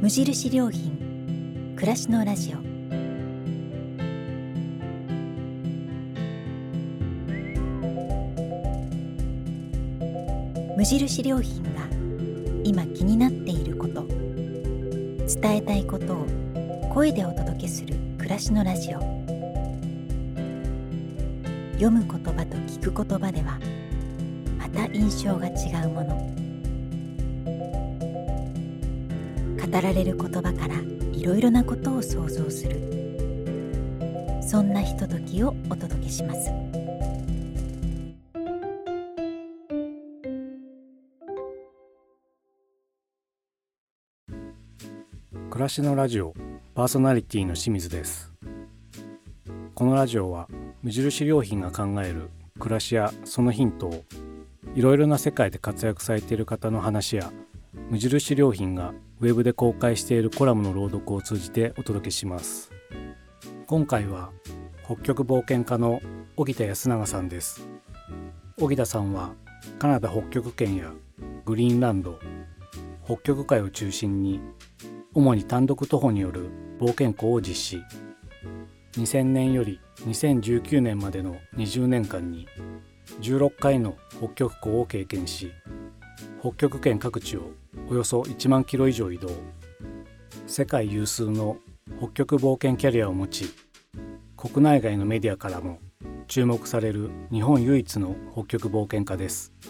無印良品暮らしのラジオ。無印良品が今気になっていること、伝えたいことを声でお届けする暮らしのラジオ。読む言葉と聞く言葉ではまた印象が違うもの。語られる言葉からいろいろなことを想像する、そんなひとときをお届けします。 暮らしのラジオパーソナリティの清水です。このラジオは無印良品が考える暮らしやそのヒントをいろいろな世界で活躍されている方の話や無印良品がウェブで公開しているコラムの朗読を通じてお届けします。今回は北極冒険家の荻田康永さんです。荻田さんはカナダ北極圏やグリーンランド、北極海を中心に主に単独徒歩による冒険行を実施。2000年より2019年までの20年間に16回の北極行を経験し、北極圏各地をおよそ1万キロ以上移動。世界有数の北極冒険キャリアを持ち、国内外のメディアからも注目される日本唯一の北極冒険家です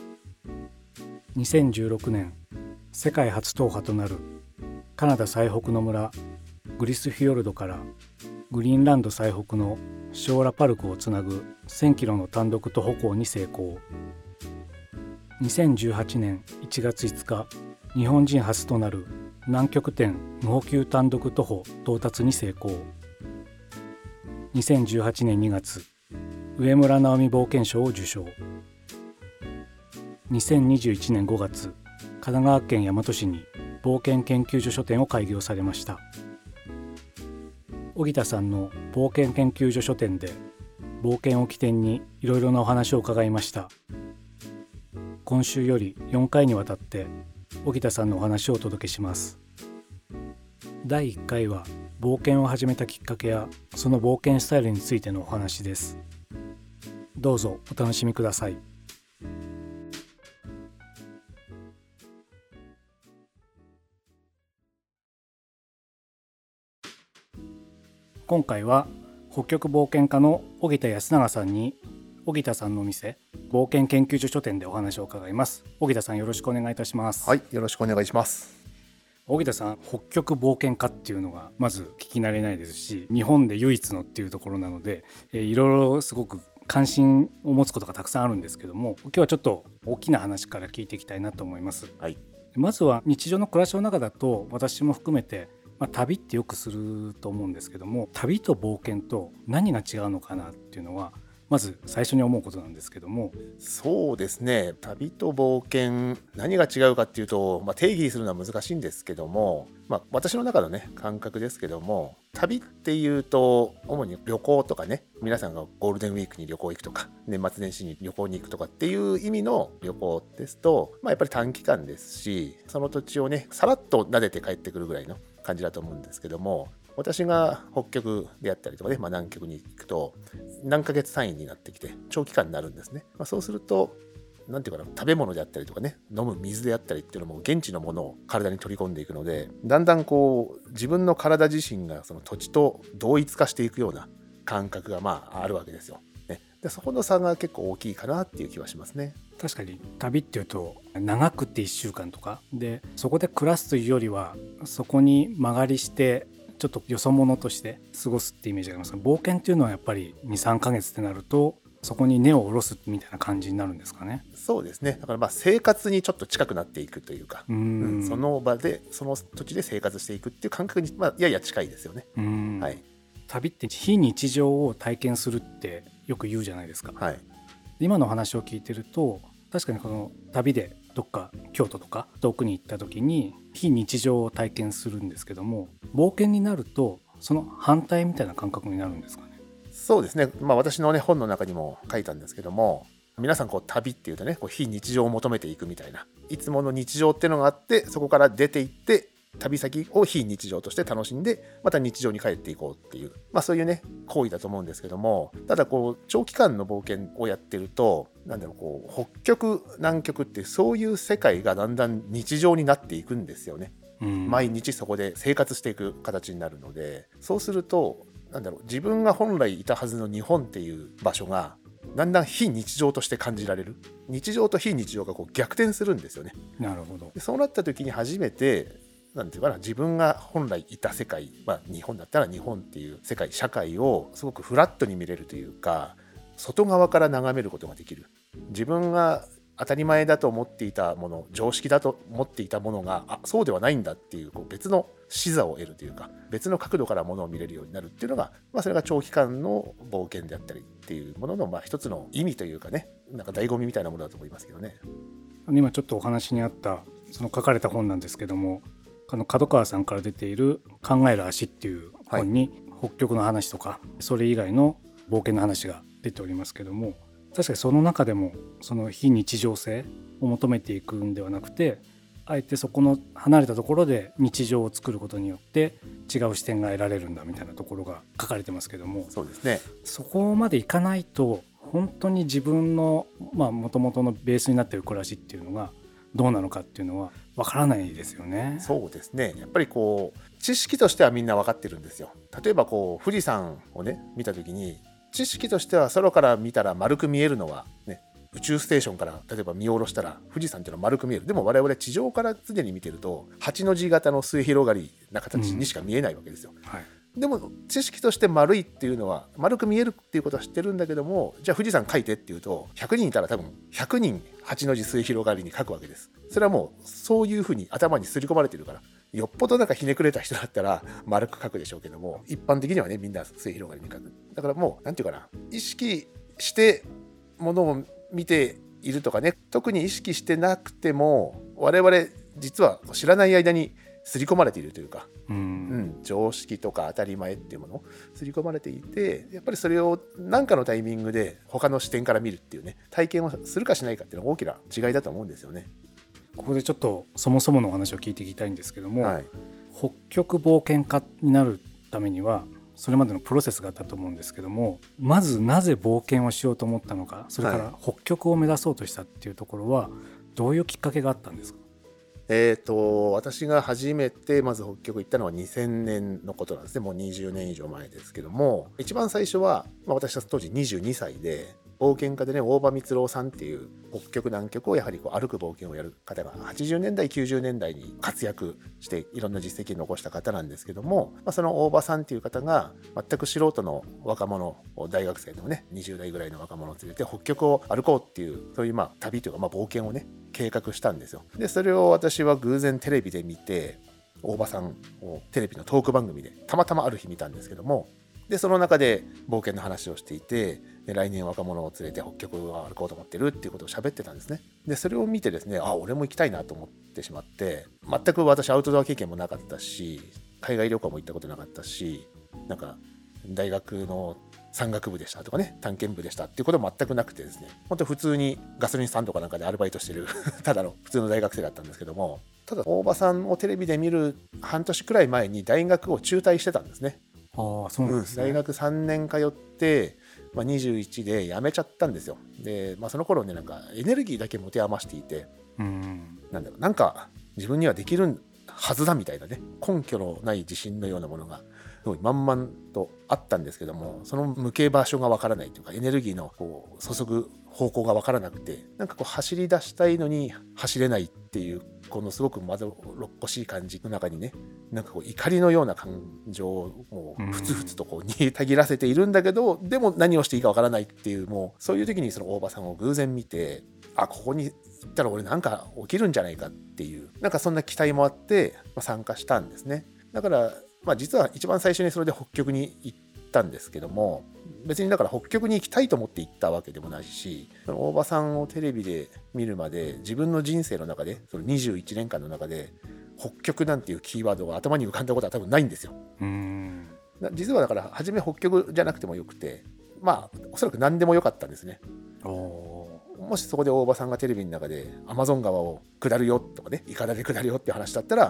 。2016年、世界初踏破となるカナダ最北の村グリスフィヨルドからグリーンランド最北のショーラパルクをつなぐ1000キロの単独徒歩行に成功。2018年1月5日、日本人初となる南極点無補給単独徒歩到達に成功。2018年2月、上村直美冒険賞を受賞。2021年5月、神奈川県大和市に冒険研究所書店を開業されました。荻田さんの冒険研究所書店で冒険を起点にいろいろなお話を伺いました。今週より4回にわたって荻田さんのお話をお届けします。第1回は冒険を始めたきっかけやその冒険スタイルについてのお話です。どうぞお楽しみください。今回は北極冒険家の荻田康永さんに荻田さんのお店冒険研究所書店でお話を伺います。荻田さん、よろしくお願いいたします。 はい、よろしくお願いします。 荻田さん、北極冒険家っていうのがまず聞き慣れないですし、日本で唯一のっていうところなので、いろいろすごく関心を持つことがたくさんあるんですけども、今日はちょっと大きな話から聞いていきたいなと思います。 はい、 まずは日常の暮らしの中だと私も含めて旅ってよくすると思うんですけども、旅と冒険と何が違うのかなっていうのはまず最初に思うことなんですけども。 そうですね、旅と冒険何が違うかっていうと、定義するのは難しいんですけども、私の中のね感覚ですけども、旅っていうと主に旅行とかね、皆さんがゴールデンウィークに旅行行くとか年末年始に旅行に行くとかっていう意味の旅行ですと、やっぱり短期間ですし、その土地をねさらっと撫でて帰ってくるぐらいの感じだと思うんですけども、私が北極であったりとかね、南極に行くと何ヶ月単位になってきて長期間になるんですね。そうするとなんていうかな、食べ物であったりとかね、飲む水であったりっていうのも現地のものを体に取り込んでいくので、だんだん自分の体自身がその土地と同一化していくような感覚があるわけですよ、ね。でそこの差が結構大きいかなっていう気はしますね。 確かに旅っていうと長くって1週間とかで、そこで暮らすというよりはそこに間借りしてちょっとよそ者として過ごすってイメージがありますが、冒険っていうのはやっぱり 2,3 ヶ月ってなるとそこに根を下ろすみたいな感じになるんですかね。 そうですね。だから生活にちょっと近くなっていくというか、その場でその土地で生活していくっていう感覚にやや近いですよね。はい、 旅って非日常を体験するってよく言うじゃないですか。 はい、 今の話を聞いてると確かにこの旅でどっか京都とか遠くに行った時に非日常を体験するんですけども、冒険になるとその反対みたいな感覚になるんですかね。 そうですね。私のね本の中にも書いたんですけども、皆さん旅っていうとね非日常を求めていくみたいな、いつもの日常っていうのがあって、そこから出ていって旅先を非日常として楽しんでまた日常に帰っていこうっていう、そういうね行為だと思うんですけども、ただ長期間の冒険をやってると北極南極ってそういう世界がだんだん日常になっていくんですよね。毎日そこで生活していく形になるので、そうすると自分が本来いたはずの日本っていう場所がだんだん非日常として感じられる、日常と非日常が逆転するんですよね。 なるほど。 でそうなった時に初めて自分が本来いた世界、日本だったら日本っていう世界社会をすごくフラットに見れるというか、外側から眺めることができる。自分が当たり前だと思っていたもの、常識だと思っていたものがそうではないんだっていう、別の視座を得るというか、別の角度からものを見れるようになるっていうのが、それが長期間の冒険であったりっていうものの一つの意味というかね、醍醐味みたいなものだと思いますけどね。 今ちょっとお話にあったその書かれた本なんですけども、角川さんから出ている考える足っていう本に、北極の話とかそれ以外の冒険の話が出ておりますけども、確かにその中でもその非日常性を求めていくんではなくて、あえてそこの離れたところで日常を作ることによって違う視点が得られるんだみたいなところが書かれてますけども、 そうですね。 そこまでいかないと本当に自分の元々のベースになっている暮らしっていうのがどうなのかっていうのはわからないですよね。 そうですね。やっぱり知識としてはみんな分かってるんですよ。例えば富士山をね見た時に、知識としては空から見たら丸く見えるのはね、宇宙ステーションから例えば見下ろしたら富士山っていうのは丸く見える。でも我々地上から常に見てると8の字型の末広がりな形にしか見えないわけですよ。でも知識として丸いっていうのは丸く見えるっていうことは知ってるんだけども、じゃあ富士山書いてっていうと100人いたら多分100人8の字末広がりに書くわけです。それはもうそういうふうに頭に刷り込まれてるから、よっぽどひねくれた人だったら丸く書くでしょうけども、一般的にはねみんな末広がりに書く。だからもうなんていうかな、意識してものを見ているとかね、特に意識してなくても我々実は知らない間に刷り込まれているというか、常識とか当たり前っていうものを刷り込まれていて、やっぱりそれを何かのタイミングで他の視点から見るっていうね、体験をするかしないかっていうのが大きな違いだと思うんですよね。 ここでちょっとそもそものお話を聞いていきたいんですけども、北極冒険家になるためにはそれまでのプロセスがあったと思うんですけども、まずなぜ冒険をしようと思ったのか、それから北極を目指そうとしたっていうところはどういうきっかけがあったんですか？ 私が初めてまず北極行ったのは2000年のことなんですね。もう20年以上前ですけども、一番最初は、私は当時22歳で冒険家でね、大場光郎さんっていう北極南極をやはり歩く冒険をやる方が80年代90年代に活躍していろんな実績を残した方なんですけども、その大場さんっていう方が全く素人の若者、大学生のね20代ぐらいの若者を連れて北極を歩こうっていう、そういう旅というか冒険をね計画したんですよ。でそれを私は偶然テレビで見て、大場さんをテレビのトーク番組でたまたまある日見たんですけども、でその中で冒険の話をしていて、来年若者を連れて北極を歩こうと思ってるっていうことを喋ってたんですね。でそれを見てですね、俺も行きたいなと思ってしまって、全く私アウトドア経験もなかったし、海外旅行も行ったことなかったし、大学の山岳部でしたとかね、探検部でしたっていうことも全くなくてですね、本当普通にガソリンスタンドかなんかでアルバイトしてるただの普通の大学生だったんですけども、ただ大場さんをテレビで見る半年くらい前に大学を中退してたんですね。 そうなんですね。 大学3年通って、21で辞めちゃったんですよ。で、その頃ねエネルギーだけ持て余していて、なんか自分にはできるはずだみたいなね、根拠のない自信のようなものがすごい満々とあったんですけども、その向け場所がわからないというか、エネルギーの注ぐ方向がわからなくて、走り出したいのに走れないっていう、このすごくまどろっこしい感じの中にね、怒りのような感情をふつふつと煮えたぎらせているんだけど、でも何をしていいかわからないっていう、もうそういう時にその大場さんを偶然見て、ここに行ったら俺起きるんじゃないかっていう、そんな期待もあって参加したんですね。だから実は一番最初にそれで北極に行ったんですけども、別に北極に行きたいと思って行ったわけでもないし、その大場さんをテレビで見るまで自分の人生の中で、その21年間の中で北極なんていうキーワードが頭に浮かんだことは多分ないんですよ。実は初め北極じゃなくてもよくて、おそらく何でもよかったんですね。もしそこで大場さんがテレビの中でアマゾン川を下るよとかね、イカダで下るよって話だったら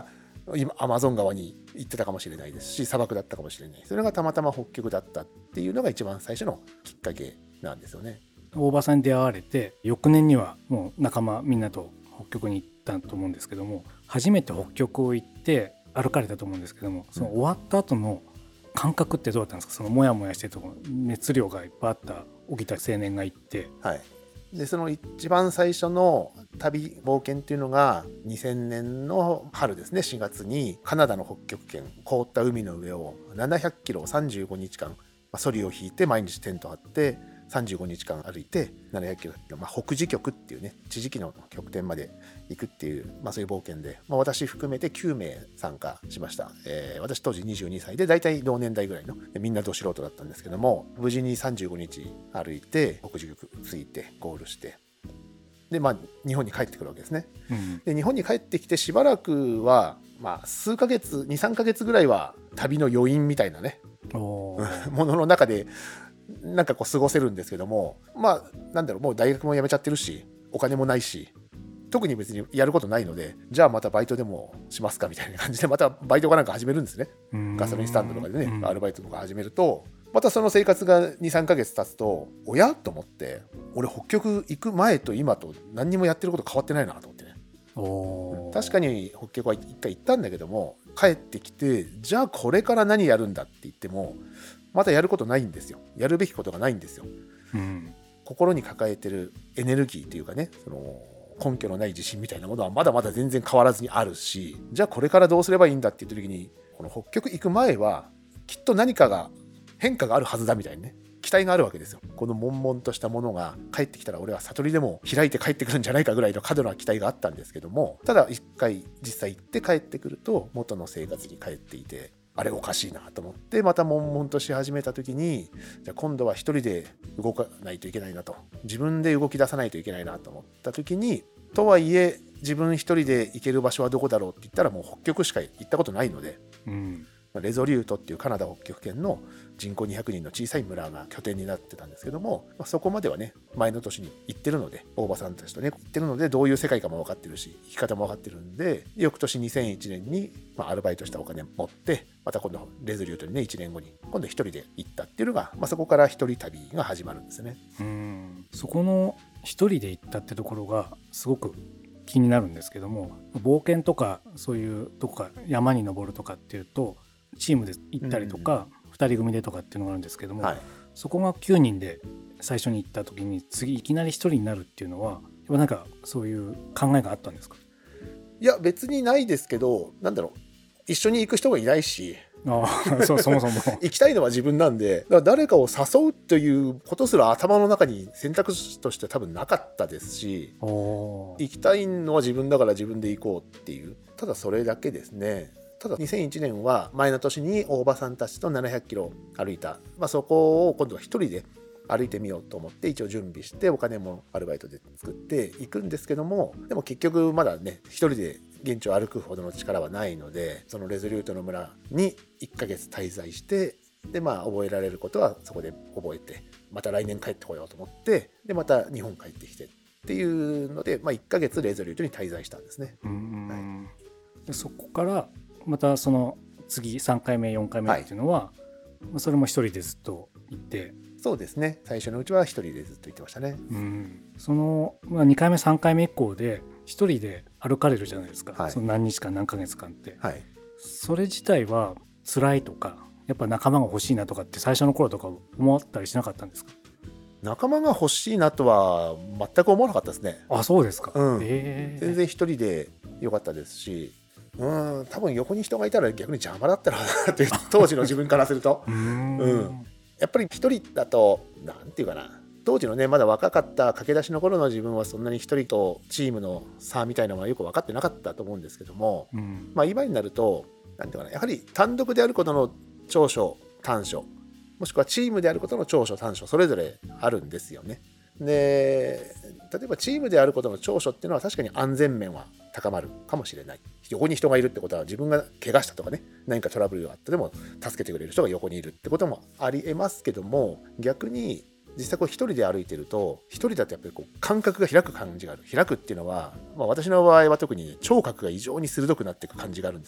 今アマゾン川に行ってたかもしれないですし、砂漠だったかもしれない。それがたまたま北極だったっていうのが一番最初のきっかけなんですよね。 大場さんに出会われて翌年にはもう仲間みんなと北極に行ったと思うんですけども、初めて北極を行って歩かれたと思うんですけども、その終わった後の感覚ってどうだったんですか？そのモヤモヤしてるところ、熱量がいっぱいあった沖田青年が行って、 はい、でその一番最初の旅冒険っていうのが2000年の春ですね、4月にカナダの北極圏、凍った海の上を700キロを35日間、ソリを引いて毎日テント張って35日間歩いて700キロ、北極極っていうね、地磁気の極点まで行くっていう、そういう冒険で、私含めて9名参加しました。私当時22歳で、大体同年代ぐらいのみんなど素人だったんですけども、無事に35日歩いて北極極着いてゴールして、で日本に帰ってくるわけですね、で日本に帰ってきてしばらくは、数ヶ月 2,3 ヶ月ぐらいは旅の余韻みたいなねものの中でなんかこう過ごせるんですけども、なんだろう、もう大学も辞めちゃってるし、お金もないし、特に別にやることないので、じゃあまたバイトでもしますかみたいな感じで、またバイトかなんか始めるんですね。ガソリンスタンドとかでね、アルバイトとか始めると、またその生活が 2,3 ヶ月経つと、おやと思って、俺北極行く前と今と何にもやってること変わってないなと思ってね。確かに北極は一回行ったんだけども、帰ってきて、じゃあこれから何やるんだって言っても、またやることないんですよ。やるべきことがないんですよ。心に抱えてるエネルギーというかね、その根拠のない自信みたいなものはまだまだ全然変わらずにあるし、じゃあこれからどうすればいいんだって言った時に、この北極行く前はきっと何かが変化があるはずだみたいにね、期待があるわけですよ。この悶々としたものが帰ってきたら、俺は悟りでも開いて帰ってくるんじゃないかぐらいの過度な期待があったんですけども、ただ一回実際行って帰ってくると元の生活に帰っていて、あれおかしいなと思って、また悶々とし始めた時に、じゃあ今度は一人で動かないといけないなと、自分で動き出さないといけないなと思った時に、とはいえ自分一人で行ける場所はどこだろうって言ったら、もう北極しか行ったことないので、レゾリュートっていうカナダ北極圏の人口200人の小さい村が拠点になってたんですけども、そこまではね前の年に行ってるので、大場さんたちとね行ってるので、どういう世界かも分かってるし、生き方も分かってるんで、翌年2001年にアルバイトしたお金持って、また今度レゾリュートにね1年後に今度一人で行ったっていうのが、そこから一人旅が始まるんですね。 そこの一人で行ったってところがすごく気になるんですけども、冒険とかそういうとこか山に登るとかっていうとチームで行ったりとか、2人組でとかっていうのがあるんですけども、そこが9人で最初に行った時に、次いきなり1人になるっていうのはなんかそういう考えがあったんですか？ いや別にないですけど、なんだろう、一緒に行く人がいないし、 そもそも行きたいのは自分なんで、だから誰かを誘うということすら頭の中に選択肢として多分なかったですし、行きたいのは自分だから自分で行こうっていう、ただそれだけですね。ただ2001年は前の年に大場さんたちと700キロ歩いた、そこを今度は一人で歩いてみようと思って一応準備して、お金もアルバイトで作っていくんですけども、でも結局まだね一人で現地を歩くほどの力はないので、そのレゾリュートの村に1ヶ月滞在して、で覚えられることはそこで覚えて、また来年帰ってこようと思って、でまた日本帰ってきてっていうので、1ヶ月レゾリュートに滞在したんですね。 でそこからまたその次3回目4回目っていうのは、それも一人でずっと行って。 そうですね、最初のうちは一人でずっと行ってましたね。 その、2回目3回目以降で一人で歩かれるじゃないですか、その何日間何ヶ月間って、それ自体は辛いとか、やっぱ仲間が欲しいなとかって最初の頃とか思ったりしなかったんですか？ 仲間が欲しいなとは全く思わなかったですね。 そうですか。 全然一人で良かったですし、多分横に人がいたら逆に邪魔だったらなって当時の自分からするとやっぱり一人だとなんていうかな、当時のねまだ若かった駆け出しの頃の自分はそんなに一人とチームの差みたいなのはよく分かってなかったと思うんですけども、今になるとなんていうかな、やはり単独であることの長所短所、もしくはチームであることの長所短所、それぞれあるんですよね。で例えばチームであることの長所っていうのは確かに安全面は高まるかもしれない。横に人がいるってことは、自分が怪我したとかね、何かトラブルがあってでも助けてくれる人が横にいるってこともありえますけども、逆に実際こう一人で歩いてると、一人だとやっぱりこう感覚が開く感じがある。開くっていうのは、私の場合は特に聴覚が異常に鋭くなっていく感じがあるんですよ。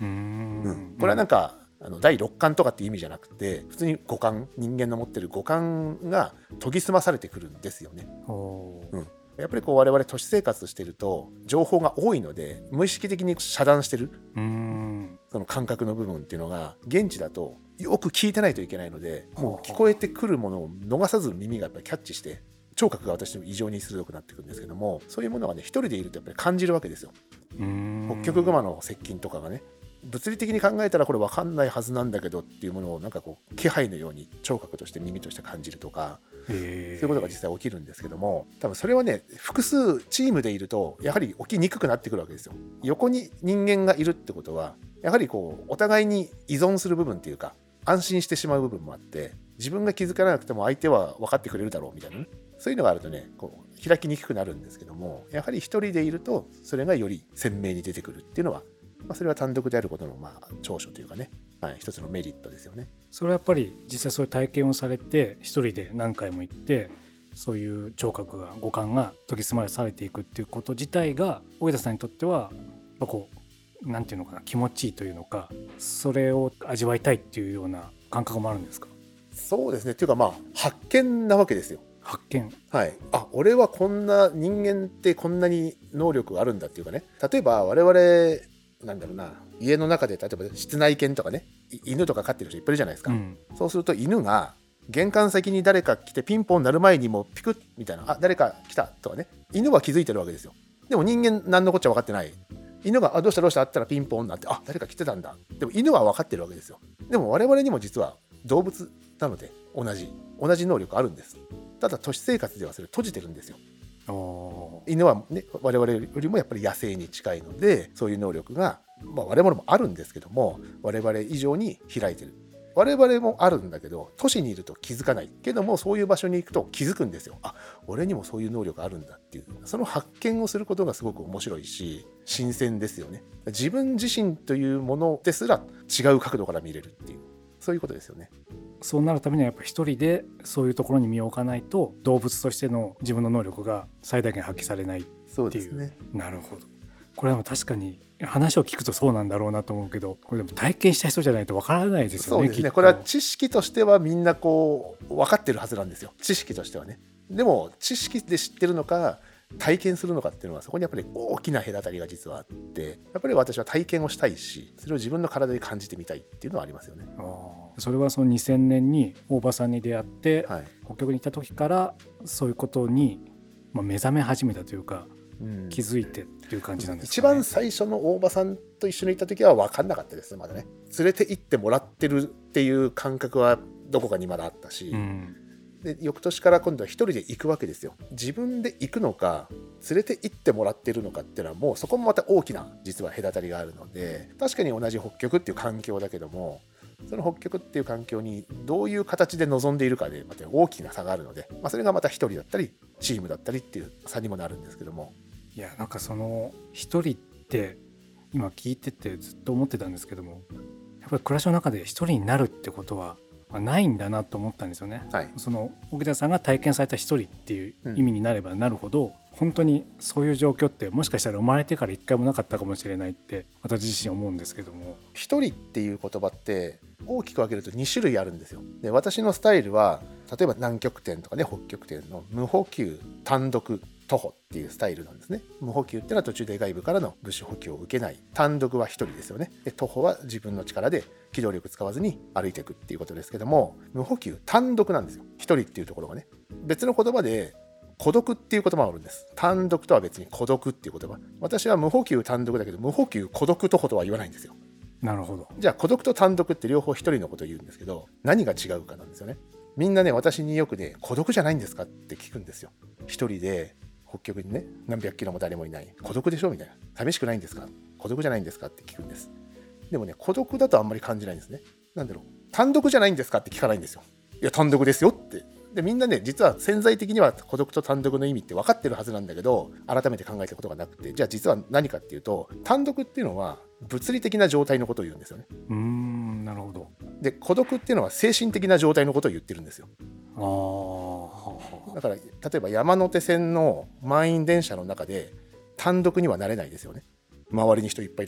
これはなんか第六感とかっていう意味じゃなくて、普通に五感、人間の持ってる五感が研ぎ澄まされてくるんですよね。やっぱりこう我々都市生活してると情報が多いので、無意識的に遮断してるその感覚の部分っていうのが現地だとよく聞いてないといけないので、もう聞こえてくるものを逃さず耳がやっぱりキャッチして、聴覚が私も異常に鋭くなってくるんですけども、そういうものがね一人でいるとやっぱり感じるわけですよ。ホッキョクグマの接近とかがね、物理的に考えたらこれ分かんないはずなんだけどっていうものをなんかこう気配のように聴覚として耳として感じるとか、そういうことが実際起きるんですけども、多分それはね複数チームでいるとやはり起きにくくなってくるわけですよ。横に人間がいるってことはやはりこうお互いに依存する部分っていうか、安心してしまう部分もあって、自分が気づかなくても相手は分かってくれるだろうみたいなね、そういうのがあるとねこう開きにくくなるんですけども、やはり一人でいるとそれがより鮮明に出てくるっていうのは、それは単独であることの長所というかね、一つのメリットですよね。 それはやっぱり実際そういう体験をされて一人で何回も行って、そういう聴覚が五感が研ぎ澄まされていくっていうこと自体が荻田さんにとってはこうなんていうのかな、気持ちいいというのか、それを味わいたいっていうような感覚もあるんですか？ そうですね、っていうか発見なわけですよ。 発見。 俺はこんな人間ってこんなに能力があるんだっていうかね、例えば我々なんだろうな、家の中で例えば室内犬とかね、犬とか飼ってる人いっぱいいるじゃないですか、そうすると犬が玄関先に誰か来てピンポン鳴る前にもピクッみたいな、誰か来たとかね、犬は気づいてるわけですよ。でも人間何のこっちゃ分かってない。犬がどうしたどうしたあったらピンポンなって、誰か来てたんだ。でも犬は分かってるわけですよ。でも我々にも実は動物なので同じ能力あるんです。ただ都市生活ではそれ閉じてるんですよ。犬はね我々よりもやっぱり野生に近いので、そういう能力が、我々もあるんですけども、我々以上に開いてる。我々もあるんだけど都市にいると気づかないけども、そういう場所に行くと気づくんですよ。俺にもそういう能力あるんだっていう、その発見をすることがすごく面白いし新鮮ですよね。自分自身というものですら違う角度から見れるっていう、そういうことですよね。 そうなるためにはやっぱ一人でそういうところに身を置かないと、動物としての自分の能力が最大限発揮されないっていう。 そうですね。 なるほど。これは確かに話を聞くとそうなんだろうなと思うけど、これでも体験した人じゃないとわからないですよね。 そうですね。これは知識としてはみんなこう分かってるはずなんですよ。知識としてはね。でも知識で知ってるのか体験するのかっていうのは、そこにやっぱり大きな隔たりが実はあって、やっぱり私は体験をしたいし、それを自分の体で感じてみたいっていうのはありますよね。 それはその2000年に大場さんに出会って、北極に行った時からそういうことに目覚め始めたというか、気づいてっていう感じなんですかね。 一番最初の大場さんと一緒に行った時は分かんなかったですまだね。連れて行ってもらってるっていう感覚はどこかにまだあったし、で翌年から今度は一人で行くわけですよ。自分で行くのか連れて行ってもらってるのかっていうのは、もうそこもまた大きな実は隔たりがあるので、確かに同じ北極っていう環境だけども、その北極っていう環境にどういう形で臨んでいるかでまた大きな差があるので、それがまた一人だったりチームだったりっていう差にもなるんですけども。 いや、なんかその一人って今聞いててずっと思ってたんですけども、やっぱり暮らしの中で一人になるってことはないんだなと思ったんですよね。その荻田さんが体験された一人っていう意味になればなるほど、本当にそういう状況ってもしかしたら生まれてから一回もなかったかもしれないって私自身思うんですけども。 一人っていう言葉って大きく分けると2種類あるんですよ。で、私のスタイルは例えば南極点とかね、北極点の無補給単独徒歩っていうスタイルなんですね。無補給っていうのは途中で外部からの物資補給を受けない。単独は一人ですよね。で、徒歩は自分の力で機動力使わずに歩いていくっていうことですけども、無補給単独なんですよ。一人っていうところがね。別の言葉で孤独っていう言葉があるんです。単独とは別に孤独っていう言葉。私は無補給単独だけど無補給孤独徒歩とは言わないんですよ。 なるほど。 じゃあ孤独と単独って両方一人のことを言うんですけど、何が違うかなんですよね。みんなね、私によくね、孤独じゃないんですかって聞くんですよ。一人で北極にね、何百キロも誰もいない。孤独でしょみたいな。寂しくないんですか？孤独じゃないんですかって聞くんです。でもね、孤独だとあんまり感じないんですね。なんだろう。単独じゃないんですかって聞かないんですよ。いや、単独ですよって。で、みんなね、実は潜在的には孤独と単独の意味って分かってるはずなんだけど、改めて考えたことがなくて、じゃあ実は何かっていうと、単独っていうのは物理的な状態のことを言うんですよね。 なるほど。 で、孤独っていうのは精神的な状態のことを言ってるんですよ。だから例えば山手線の満員電車の中で単独にはなれないですよね。周りに人いっぱいいるから。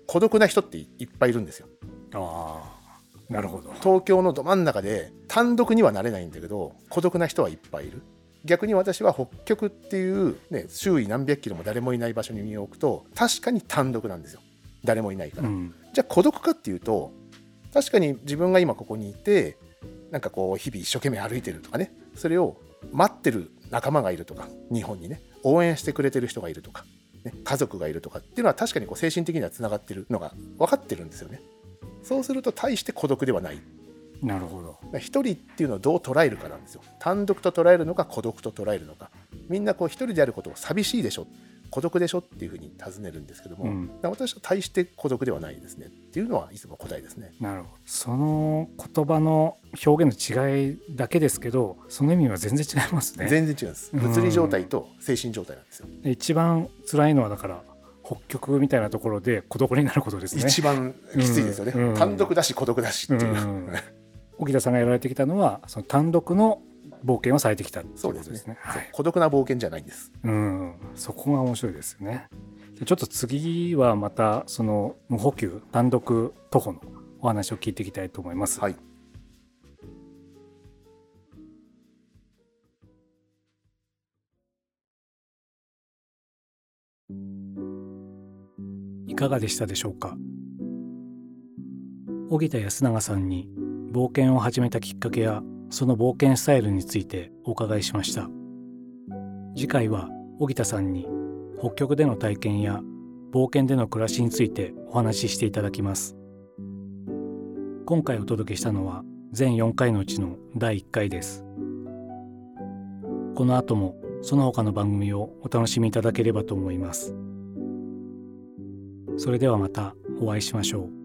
孤独な人っていっぱいいるんですよ。 ああ、なるほど。 東京のど真ん中で単独にはなれないんだけど孤独な人はいっぱいいる。逆に私は北極っていう、ね、周囲何百キロも誰もいない場所に身を置くと確かに単独なんですよ。誰もいないから、じゃあ孤独かっていうと確かに自分が今ここにいてなんかこう日々一生懸命歩いてるとかね、それを待ってる仲間がいるとか、日本にね応援してくれてる人がいるとか、ね、家族がいるとかっていうのは確かにこう精神的にはつながってるのが分かってるんですよね。そうすると大して孤独ではない。 なるほど。 一人っていうのをどう捉えるかなんですよ。単独と捉えるのか孤独と捉えるのか。みんなこう一人であることを寂しいでしょ、孤独でしょっていうふうに尋ねるんですけども、私は大して孤独ではないですねっていうのはいつも答えですね。 なるほど。その言葉の表現の違いだけですけど、その意味は全然違いますね。 全然違うんです。物理状態と精神状態なんですよ。 一番辛いのはだから北極みたいなところで孤独になることですね。 一番きついですよね、単独だし孤独だしっていう、 沖田さんがやられてきたのはその単独の冒険をされてきたっていうことですね。 はい、孤独な冒険じゃないんです。 そこが面白いですよね。ちょっと次はまたその無補給単独徒歩のお話を聞いていきたいと思います。 はい。 いかがでしたでしょうか。荻田安永さんに冒険を始めたきっかけやその冒険スタイルについてお伺いしました。次回は荻田さんに北極での体験や冒険での暮らしについてお話ししていただきます。今回お届けしたのは全4回のうちの第1回です。この後もその他の番組をお楽しみいただければと思います。それではまたお会いしましょう。